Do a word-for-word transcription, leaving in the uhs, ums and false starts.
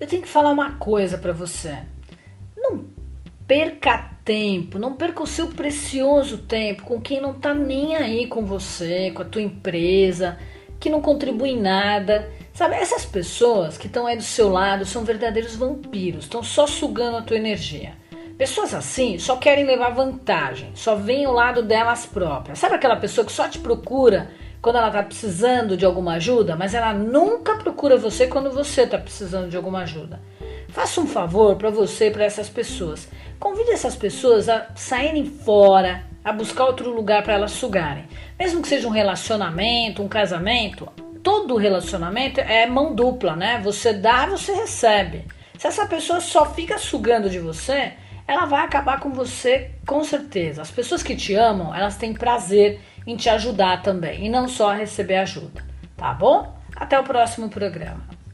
eu tenho que falar uma coisa pra você. Não perca tempo, não perca o seu precioso tempo com quem não tá nem aí com você, com a tua empresa, que não contribui em nada. Sabe, essas pessoas que estão aí do seu lado são verdadeiros vampiros, estão só sugando a tua energia. Pessoas assim só querem levar vantagem, só veem o lado delas próprias. Sabe aquela pessoa que só te procura quando ela tá precisando de alguma ajuda, mas ela nunca procura você quando você tá precisando de alguma ajuda? Faça um favor para você e para essas pessoas. Convide essas pessoas a saírem fora, a buscar outro lugar para elas sugarem. Mesmo que seja um relacionamento, um casamento, todo relacionamento é mão dupla, né? Você dá, você recebe. Se essa pessoa só fica sugando de você, ela vai acabar com você com certeza. As pessoas que te amam, elas têm prazer em te ajudar também, e não só a receber ajuda, tá bom? Até o próximo programa.